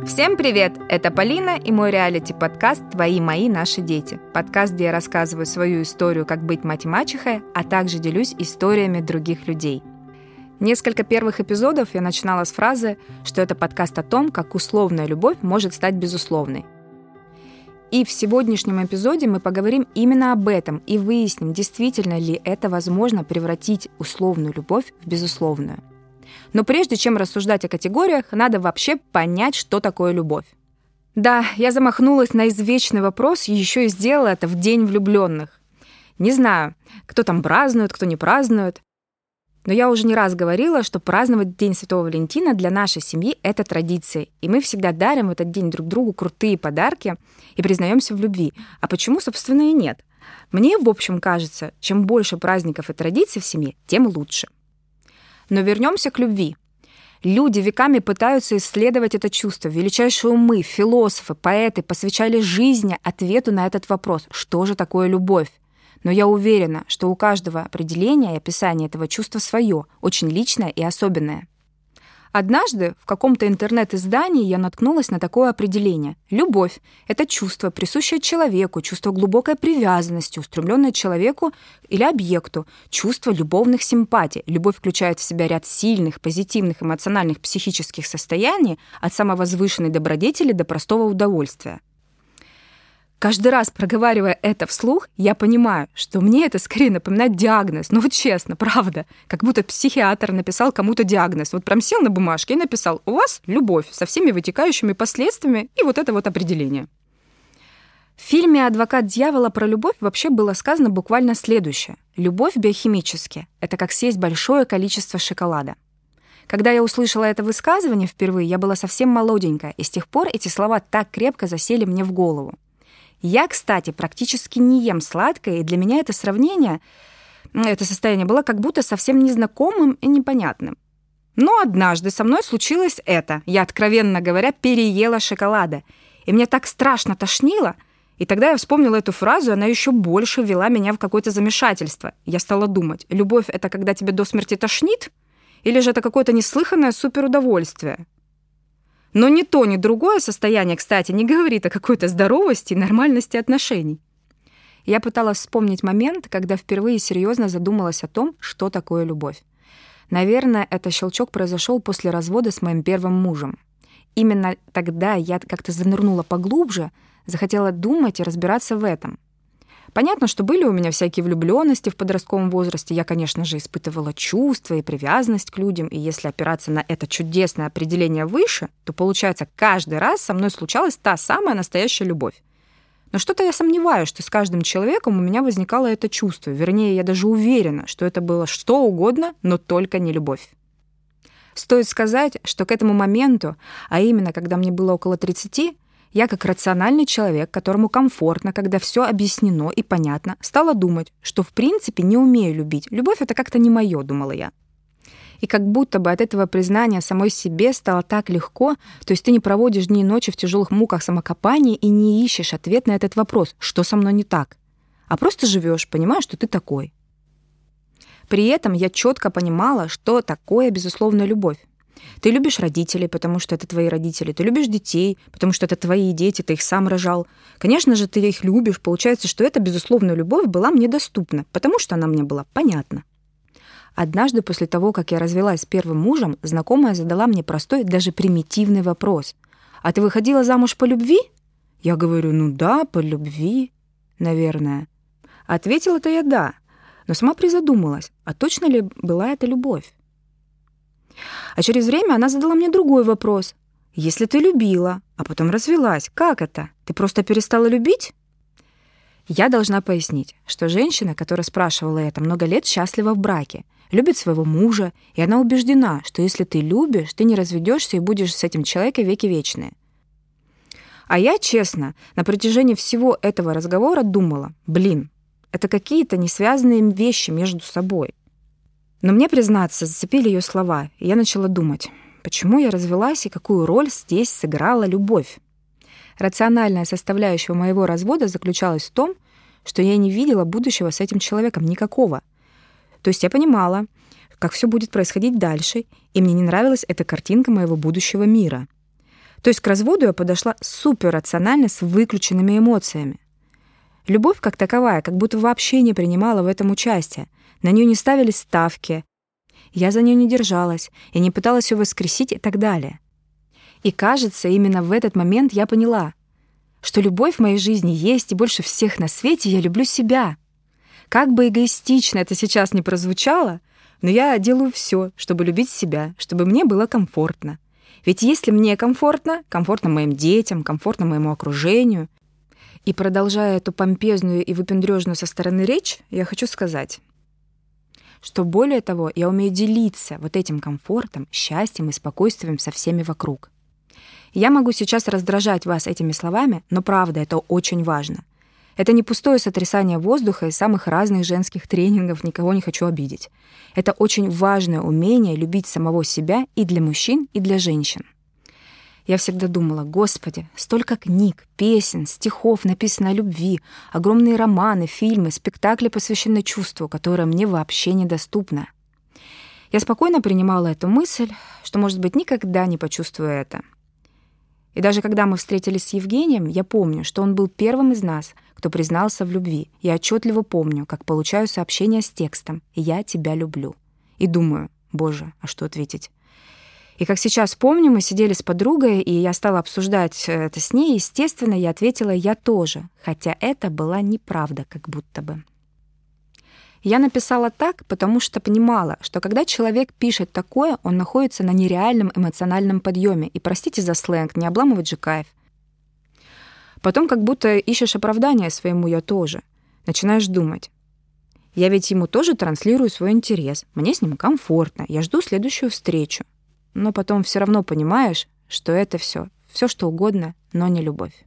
Всем привет! Это Полина и мой реалити-подкаст «Твои, мои, наши дети». Подкаст, где я рассказываю свою историю, как быть мать и мачехой, а также делюсь историями других людей. Несколько первых эпизодов я начинала с фразы, что это подкаст о том, как условная любовь может стать безусловной. И в сегодняшнем эпизоде мы поговорим именно об этом и выясним, действительно ли это возможно превратить условную любовь в безусловную. Но прежде чем рассуждать о категориях, надо вообще понять, что такое любовь. Да, я замахнулась на извечный вопрос и еще и сделала это в День влюбленных. Не знаю, кто там празднует, кто не празднует. Но я уже не раз говорила, что праздновать День Святого Валентина для нашей семьи — это традиция. И мы всегда дарим в этот день друг другу крутые подарки и признаемся в любви. А почему, собственно, и нет? Мне, в общем, кажется, чем больше праздников и традиций в семье, тем лучше. Но вернемся к любви. Люди веками пытаются исследовать это чувство. Величайшие умы, философы, поэты посвящали жизни ответу на этот вопрос. Что же такое любовь? Но я уверена, что у каждого определения и описания этого чувства свое, очень личное и особенное. Однажды в каком-то интернет-издании я наткнулась на такое определение. Любовь — это чувство, присущее человеку, чувство глубокой привязанности, устремленное к человеку или объекту, чувство любовных симпатий. Любовь включает в себя ряд сильных, позитивных, эмоциональных, психических состояний, от самовозвышенной добродетели до простого удовольствия. Каждый раз, проговаривая это вслух, я понимаю, что мне это скорее напоминает диагноз. Ну вот честно, правда. Как будто психиатр написал кому-то диагноз. Вот прям сел на бумажке и написал: у вас любовь со всеми вытекающими последствиями и вот это вот определение. В фильме «Адвокат дьявола» про любовь вообще было сказано буквально следующее. Любовь биохимически — это как съесть большое количество шоколада. Когда я услышала это высказывание впервые, я была совсем молоденькая, и с тех пор эти слова так крепко засели мне в голову. Я, кстати, практически не ем сладкое, и для меня это сравнение, это состояние было как будто совсем незнакомым и непонятным. Но однажды со мной случилось это. Я, откровенно говоря, переела шоколада. И мне так страшно тошнило. И тогда я вспомнила эту фразу, и она еще больше ввела меня в какое-то замешательство. Я стала думать, любовь — это когда тебя до смерти тошнит? Или же это какое-то неслыханное суперудовольствие? Но ни то, ни другое состояние, кстати, не говорит о какой-то здоровости и нормальности отношений. Я пыталась вспомнить момент, когда впервые серьезно задумалась о том, что такое любовь. Наверное, этот щелчок произошел после развода с моим первым мужем. Именно тогда я как-то занырнула поглубже, захотела думать и разбираться в этом. Понятно, что были у меня всякие влюбленности в подростковом возрасте. Я, конечно же, испытывала чувства и привязанность к людям. И если опираться на это чудесное определение выше, то, получается, каждый раз со мной случалась та самая настоящая любовь. Но что-то я сомневаюсь, что с каждым человеком у меня возникало это чувство. Вернее, я даже уверена, что это было что угодно, но только не любовь. Стоит сказать, что к этому моменту, а именно, когда мне было около 30, я, как рациональный человек, которому комфортно, когда все объяснено и понятно, стала думать, что в принципе не умею любить. Любовь — это как-то не моё, думала я. И как будто бы от этого признания самой себе стало так легко, то есть ты не проводишь дни и ночи в тяжелых муках самокопания и не ищешь ответ на этот вопрос, что со мной не так, а просто живешь, понимаешь, что ты такой. При этом я четко понимала, что такое безусловная любовь. Ты любишь родителей, потому что это твои родители. Ты любишь детей, потому что это твои дети, ты их сам рожал. Конечно же, ты их любишь. Получается, что эта безусловная любовь была мне доступна, потому что она мне была понятна. Однажды после того, как я развелась с первым мужем, знакомая задала мне простой, даже примитивный вопрос. «А ты выходила замуж по любви?» Я говорю: «Ну да, по любви, наверное». Ответила-то я «да», но сама призадумалась, а точно ли была это любовь? А через время она задала мне другой вопрос. «Если ты любила, а потом развелась, как это? Ты просто перестала любить?» Я должна пояснить, что женщина, которая спрашивала это, много лет счастлива в браке, любит своего мужа, и она убеждена, что если ты любишь, ты не разведешься и будешь с этим человеком веки вечные. А я, честно, на протяжении всего этого разговора думала, это какие-то несвязанные вещи между собой. Но мне, признаться, зацепили ее слова, и я начала думать, почему я развелась и какую роль здесь сыграла любовь. Рациональная составляющая моего развода заключалась в том, что я не видела будущего с этим человеком никакого. То есть я понимала, как все будет происходить дальше, и мне не нравилась эта картинка моего будущего мира. То есть к разводу я подошла суперрационально, с выключенными эмоциями. Любовь как таковая как будто вообще не принимала в этом участие. На нее не ставились ставки. Я за нее не держалась, я не пыталась ее воскресить и так далее. И кажется, именно в этот момент я поняла, что любовь в моей жизни есть, и больше всех на свете я люблю себя. Как бы эгоистично это сейчас не прозвучало, но я делаю все, чтобы любить себя, чтобы мне было комфортно. Ведь если мне комфортно, комфортно моим детям, комфортно моему окружению. И продолжая эту помпезную и выпендрёжную со стороны речь, я хочу сказать, что более того, я умею делиться вот этим комфортом, счастьем и спокойствием со всеми вокруг. Я могу сейчас раздражать вас этими словами, но правда, это очень важно. Это не пустое сотрясание воздуха из самых разных женских тренингов, никого не хочу обидеть. Это очень важное умение любить самого себя и для мужчин, и для женщин. Я всегда думала, Господи, столько книг, песен, стихов написано о любви, огромные романы, фильмы, спектакли, посвященные чувству, которое мне вообще недоступно. Я спокойно принимала эту мысль, что, может быть, никогда не почувствую это. И даже когда мы встретились с Евгением, я помню, что он был первым из нас, кто признался в любви. Я отчетливо помню, как получаю сообщение с текстом «Я тебя люблю». И думаю, Боже, а что ответить? И как сейчас помню, мы сидели с подругой, и я стала обсуждать это с ней. Естественно, я ответила «я тоже», хотя это была неправда как будто бы. Я написала так, потому что понимала, что когда человек пишет такое, он находится на нереальном эмоциональном подъеме. И простите за сленг, не обламывать же кайф. Потом как будто ищешь оправдание своему «я тоже». Начинаешь думать. Я ведь ему тоже транслирую свой интерес. Мне с ним комфортно. Я жду следующую встречу. Но потом все равно понимаешь, что это все что угодно, но не любовь.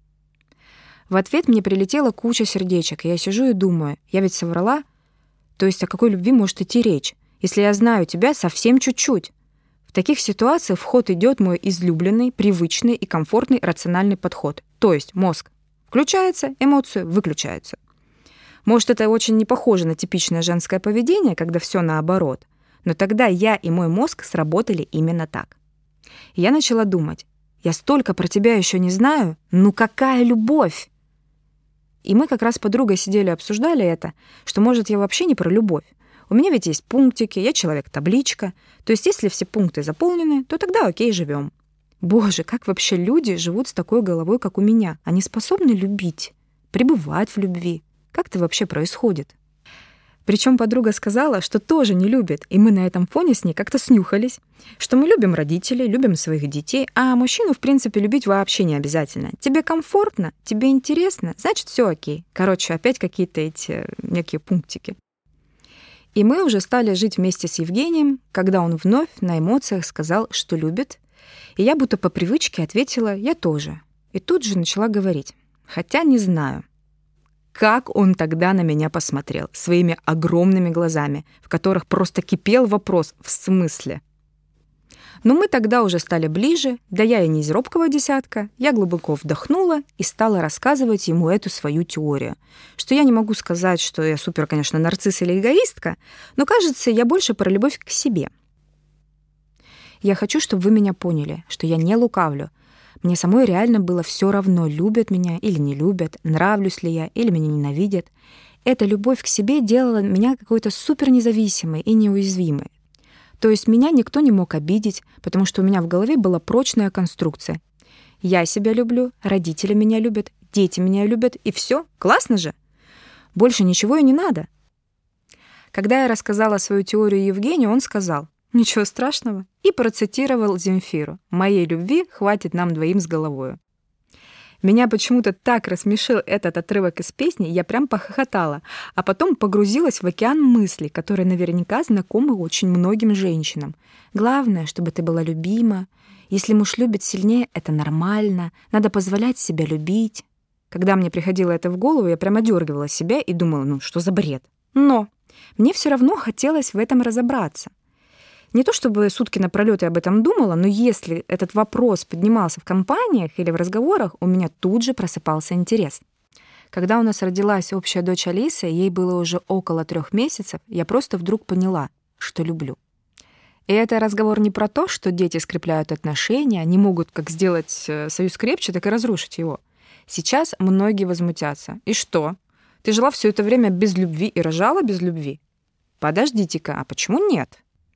В ответ мне прилетела куча сердечек, и я сижу и думаю, я ведь соврала? То есть о какой любви может идти речь, если я знаю тебя совсем чуть-чуть? В таких ситуациях в ход идет мой излюбленный, привычный и комфортный рациональный подход. То есть мозг включается, эмоции выключаются. Может, это очень не похоже на типичное женское поведение, когда все наоборот, но тогда я и мой мозг сработали именно так. И я начала думать, я столько про тебя еще не знаю, ну какая любовь? И мы как раз с подругой сидели и обсуждали это, что, может, я вообще не про любовь. У меня ведь есть пунктики, я человек-табличка. То есть если все пункты заполнены, то тогда окей, живем. Боже, как вообще люди живут с такой головой, как у меня? Они способны любить, пребывать в любви. Как это вообще происходит? Причем подруга сказала, что тоже не любит, и мы на этом фоне с ней как-то снюхались, что мы любим родителей, любим своих детей, а мужчину, в принципе, любить вообще не обязательно. Тебе комфортно, тебе интересно, значит, все окей. Короче, опять какие-то эти некие пунктики. И мы уже стали жить вместе с Евгением, когда он вновь на эмоциях сказал, что любит, и я будто по привычке ответила «я тоже». И тут же начала говорить, хотя не знаю. Как он тогда на меня посмотрел своими огромными глазами, в которых просто кипел вопрос «в смысле?». Но мы тогда уже стали ближе, да я и не из робкого десятка, я глубоко вдохнула и стала рассказывать ему эту свою теорию, что я не могу сказать, что я супер, конечно, нарцисс или эгоистка, но, кажется, я больше про любовь к себе. Я хочу, чтобы вы меня поняли, что я не лукавлю. Мне самой реально было все равно, любят меня или не любят, нравлюсь ли я или меня ненавидят. Эта любовь к себе делала меня какой-то супер независимой и неуязвимой. То есть меня никто не мог обидеть, потому что у меня в голове была прочная конструкция. Я себя люблю, родители меня любят, дети меня любят, и все, классно же. Больше ничего и не надо. Когда я рассказала свою теорию Евгению, он сказал: «Ничего страшного», и процитировал Земфиру: «Моей любви хватит нам двоим с головою». Меня почему-то так рассмешил этот отрывок из песни, я прям похохотала, а потом погрузилась в океан мыслей, которые наверняка знакомы очень многим женщинам. Главное, чтобы ты была любима. Если муж любит сильнее, это нормально, надо позволять себя любить. Когда мне приходило это в голову, я прям одергивала себя и думала, ну что за бред? Но мне все равно хотелось в этом разобраться. Не то чтобы сутки напролёт я об этом думала, но если этот вопрос поднимался в компаниях или в разговорах, у меня тут же просыпался интерес. Когда у нас родилась общая дочь Алиса, ей было уже около 3 месяцев, я просто вдруг поняла, что люблю. И это разговор не про то, что дети скрепляют отношения, они могут как сделать союз крепче, так и разрушить его. Сейчас многие возмутятся. И что? Ты жила все это время без любви и рожала без любви? Подождите-ка, а почему нет?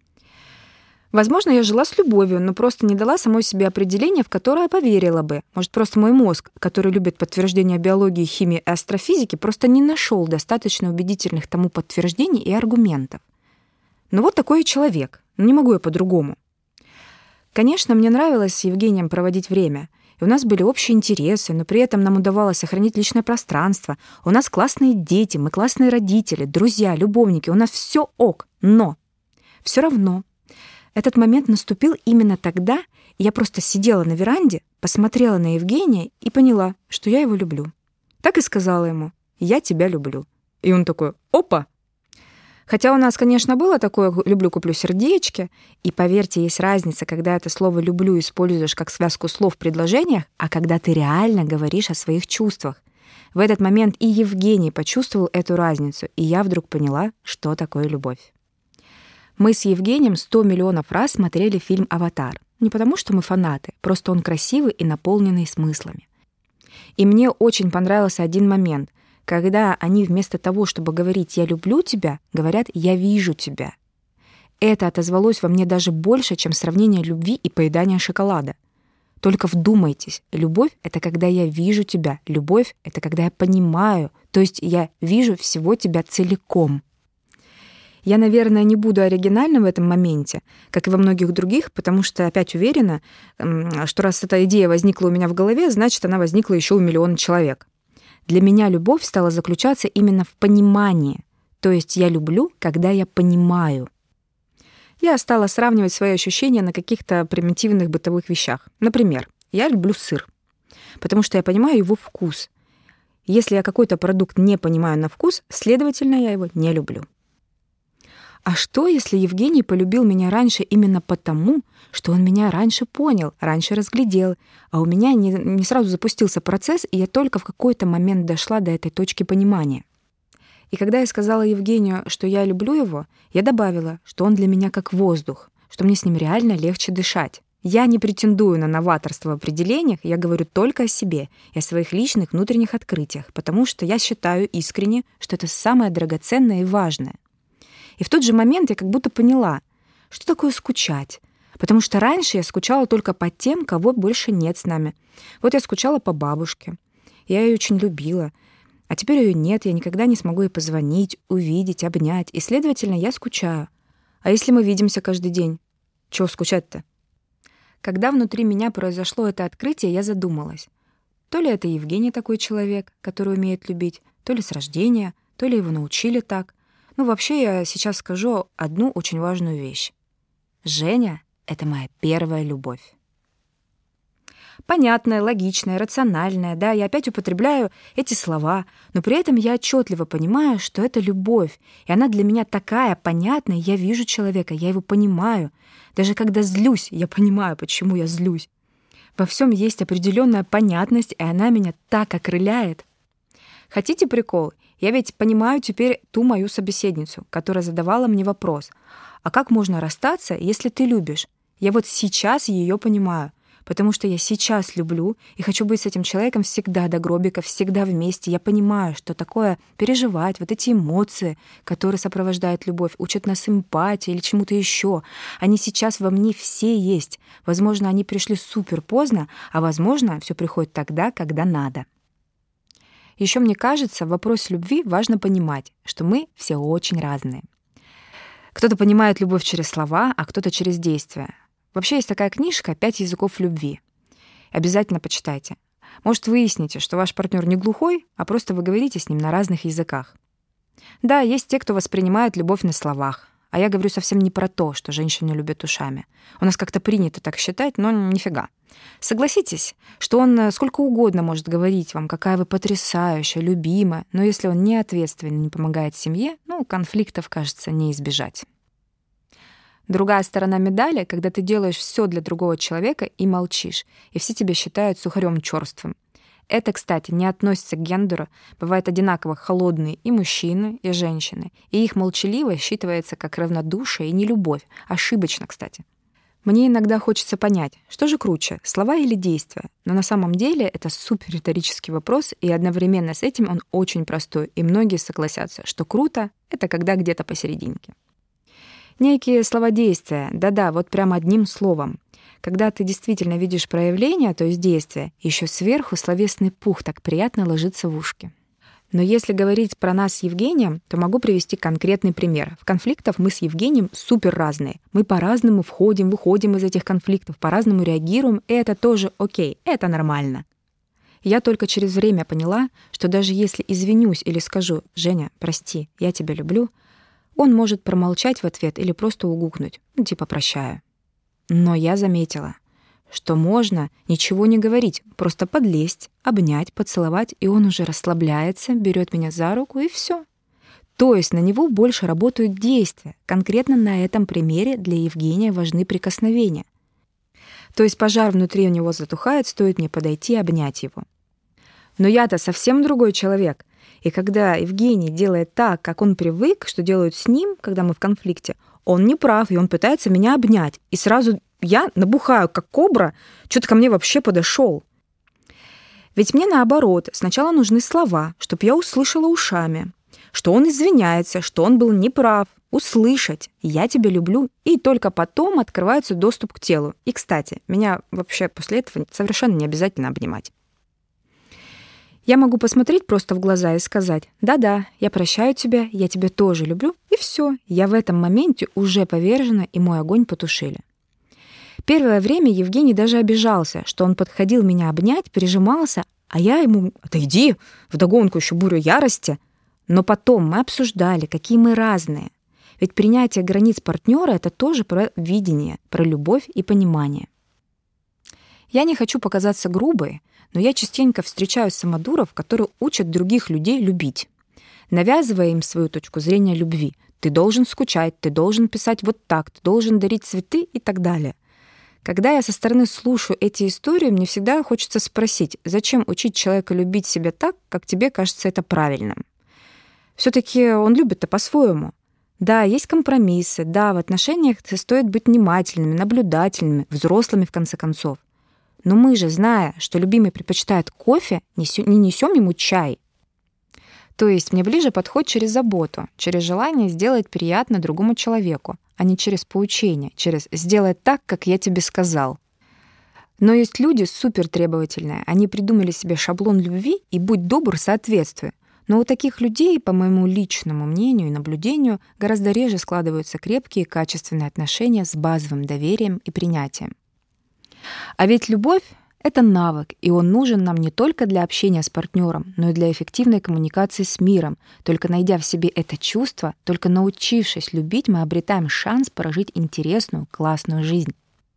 Возможно, я жила с любовью, но просто не дала самой себе определения, в которое поверила бы. Может, просто мой мозг, который любит подтверждения биологии, химии и астрофизики, просто не нашел достаточно убедительных тому подтверждений и аргументов. Но вот такой я человек. Не могу я по-другому. Конечно, мне нравилось с Евгением проводить время. И у нас были общие интересы, но при этом нам удавалось сохранить личное пространство. У нас классные дети, мы классные родители, друзья, любовники. У нас все ок. Но все равно этот момент наступил именно тогда, и я просто сидела на веранде, посмотрела на Евгения и поняла, что я его люблю. Так и сказала ему: «Я тебя люблю». И он такой: «Опа!» Хотя у нас, конечно, было такое «люблю, куплю сердечки», и, поверьте, есть разница, когда это слово «люблю» используешь как связку слов в предложениях, а когда ты реально говоришь о своих чувствах. В этот момент и Евгений почувствовал эту разницу, и я вдруг поняла, что такое любовь. Мы с Евгением 100 миллионов раз смотрели фильм «Аватар». Не потому, что мы фанаты, просто он красивый и наполненный смыслами. И мне очень понравился один момент, когда они вместо того, чтобы говорить «я люблю тебя», говорят «я вижу тебя». Это отозвалось во мне даже больше, чем сравнение любви и поедания шоколада. Только вдумайтесь, любовь — это когда я вижу тебя, любовь — это когда я понимаю, то есть я вижу всего тебя целиком. Я, наверное, не буду оригинальна в этом моменте, как и во многих других, потому что опять уверена, что раз эта идея возникла у меня в голове, значит, она возникла еще у миллиона человек. Для меня любовь стала заключаться именно в понимании. То есть я люблю, когда я понимаю. Я стала сравнивать свои ощущения на каких-то примитивных бытовых вещах. Например, я люблю сыр, потому что я понимаю его вкус. Если я какой-то продукт не понимаю на вкус, следовательно, я его не люблю. А что, если Евгений полюбил меня раньше именно потому, что он меня раньше понял, раньше разглядел, а у меня не сразу запустился процесс, и я только в какой-то момент дошла до этой точки понимания? И когда я сказала Евгению, что я люблю его, я добавила, что он для меня как воздух, что мне с ним реально легче дышать. Я не претендую на новаторство в определениях, я говорю только о себе и о своих личных внутренних открытиях, потому что я считаю искренне, что это самое драгоценное и важное. И в тот же момент я как будто поняла, что такое скучать. Потому что раньше я скучала только по тем, кого больше нет с нами. Вот я скучала по бабушке. Я ее очень любила. А теперь ее нет, я никогда не смогу ей позвонить, увидеть, обнять. И, следовательно, я скучаю. А если мы видимся каждый день? Чего скучать-то? Когда внутри меня произошло это открытие, я задумалась. То ли это Евгений такой человек, который умеет любить, то ли с рождения, то ли его научили так. Ну, вообще, я сейчас скажу одну очень важную вещь. Женя — это моя первая любовь. Понятная, логичная, рациональная, да, я опять употребляю эти слова, но при этом я отчетливо понимаю, что это любовь, и она для меня такая понятная, я вижу человека, я его понимаю. Даже когда злюсь, я понимаю, почему я злюсь. Во всем есть определенная понятность, и она меня так окрыляет. Хотите прикол? Я ведь понимаю теперь ту мою собеседницу, которая задавала мне вопрос: а как можно расстаться, если ты любишь? Я вот сейчас ее понимаю, потому что я сейчас люблю и хочу быть с этим человеком всегда до гробика, всегда вместе. Я понимаю, что такое переживать, вот эти эмоции, которые сопровождают любовь, учат нас эмпатии или чему-то еще. Они сейчас во мне все есть. Возможно, они пришли супер поздно, а возможно, все приходит тогда, когда надо. Еще мне кажется, в вопросе любви важно понимать, что мы все очень разные. Кто-то понимает любовь через слова, а кто-то через действия. Вообще есть такая книжка «5 языков любви». Обязательно почитайте. Может, выясните, что ваш партнер не глухой, а просто вы говорите с ним на разных языках. Да, есть те, кто воспринимает любовь на словах. А я говорю совсем не про то, что женщины любят ушами. У нас как-то принято так считать, но нифига. Согласитесь, что он сколько угодно может говорить вам, какая вы потрясающая, любимая, но если он не ответственен, не помогает семье, конфликтов, кажется, не избежать. Другая сторона медали, когда ты делаешь все для другого человека и молчишь, и все тебя считают сухарем чёрствым. Это, кстати, не относится к гендеру. Бывают одинаково холодные и мужчины, и женщины. И их молчаливость считывается как равнодушие и нелюбовь. Ошибочно, кстати. Мне иногда хочется понять, что же круче, слова или действия? Но на самом деле это супер риторический вопрос, и одновременно с этим он очень простой, и многие согласятся, что круто — это когда где-то посерединке. Некие слова-действия, да-да, вот прямо одним словом. Когда ты действительно видишь проявление, то есть действие, еще сверху словесный пух так приятно ложится в ушки. Но если говорить про нас с Евгением, то могу привести конкретный пример. В конфликтах мы с Евгением супер разные. Мы по-разному входим, выходим из этих конфликтов, по-разному реагируем, и это тоже окей, это нормально. Я только через время поняла, что даже если извинюсь или скажу «Женя, прости, я тебя люблю», он может промолчать в ответ или просто угукнуть, типа «прощаю». Но я заметила, что можно ничего не говорить, просто подлезть, обнять, поцеловать, и он уже расслабляется, берет меня за руку, и все. То есть на него больше работают действия. Конкретно на этом примере для Евгения важны прикосновения. То есть пожар внутри у него затухает, стоит мне подойти и обнять его. Но я-то совсем другой человек. И когда Евгений делает так, как он привык, что делают с ним, когда мы в конфликте, он не прав, и он пытается меня обнять. И сразу я набухаю, как кобра, что-то ко мне вообще подошел. Ведь мне наоборот, сначала нужны слова, чтобы я услышала ушами, что он извиняется, что он был неправ, услышать «я тебя люблю», и только потом открывается доступ к телу. И, кстати, меня вообще после этого совершенно не обязательно обнимать. Я могу посмотреть просто в глаза и сказать «да-да, я прощаю тебя, я тебя тоже люблю», и все, я в этом моменте уже повержена, и мой огонь потушили. Первое время Евгений даже обижался, что он подходил меня обнять, прижимался, а я ему «отойди», вдогонку еще бурю ярости. Но потом мы обсуждали, какие мы разные. Ведь принятие границ партнера — это тоже про видение, про любовь и понимание. Я не хочу показаться грубой, но я частенько встречаю самодуров, которые учат других людей любить, навязывая им свою точку зрения любви. Ты должен скучать, ты должен писать вот так, ты должен дарить цветы и так далее. Когда я со стороны слушаю эти истории, мне всегда хочется спросить, зачем учить человека любить себя так, как тебе кажется это правильным? Все-таки он любит-то по-своему. Да, есть компромиссы, да, в отношениях стоит быть внимательными, наблюдательными, взрослыми в конце концов. Но мы же, зная, что любимый предпочитает кофе, не несем ему чай. То есть мне ближе подход через заботу, через желание сделать приятно другому человеку, а не через поучение, через «сделай так, как я тебе сказал». Но есть люди супертребовательные, они придумали себе шаблон любви и «будь добр, соответствуй». Но у таких людей, по моему личному мнению и наблюдению, гораздо реже складываются крепкие и качественные отношения с базовым доверием и принятием. А ведь любовь — это навык, и он нужен нам не только для общения с партнером, но и для эффективной коммуникации с миром. Только найдя в себе это чувство, только научившись любить, мы обретаем шанс прожить интересную, классную жизнь.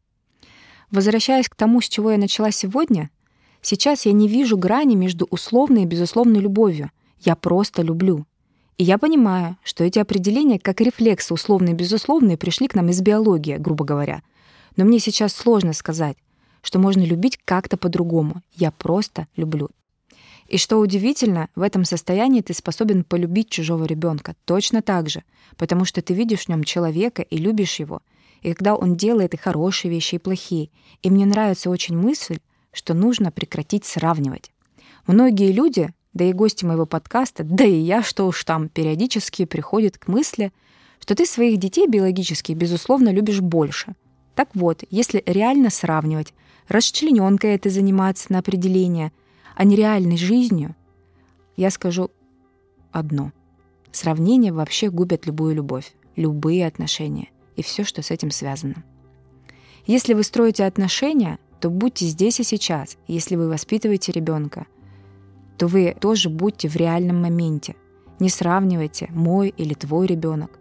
Возвращаясь к тому, с чего я начала сегодня, сейчас я не вижу грани между условной и безусловной любовью. Я просто люблю. И я понимаю, что эти определения, как рефлексы условные и безусловные, пришли к нам из биологии, грубо говоря. Но мне сейчас сложно сказать, что можно любить как-то по-другому. Я просто люблю. И что удивительно, в этом состоянии ты способен полюбить чужого ребенка точно так же, потому что ты видишь в нем человека и любишь его. И когда он делает и хорошие вещи, и плохие. И мне нравится очень мысль, что нужно прекратить сравнивать. Многие люди, да и гости моего подкаста, да и я, что уж там, периодически приходят к мысли, что ты своих детей биологически, безусловно, любишь больше. Так вот, если реально сравнивать, расчленёнкой это заниматься на определение, а не реальной жизнью, я скажу одно. Сравнения вообще губят любую любовь, любые отношения и все, что с этим связано. Если вы строите отношения, то будьте здесь и сейчас. Если вы воспитываете ребенка, то вы тоже будьте в реальном моменте. Не сравнивайте мой или твой ребенок.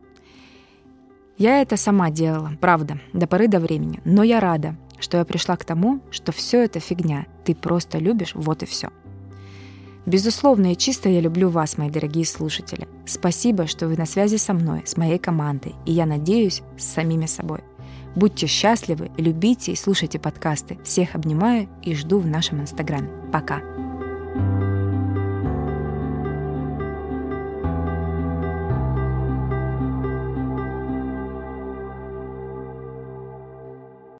Я это сама делала, правда, до поры до времени. Но я рада, что я пришла к тому, что все это фигня. Ты просто любишь, вот и все. Безусловно и чисто я люблю вас, мои дорогие слушатели. Спасибо, что вы на связи со мной, с моей командой. И я надеюсь, с самими собой. Будьте счастливы, любите и слушайте подкасты. Всех обнимаю и жду в нашем Инстаграме. Пока!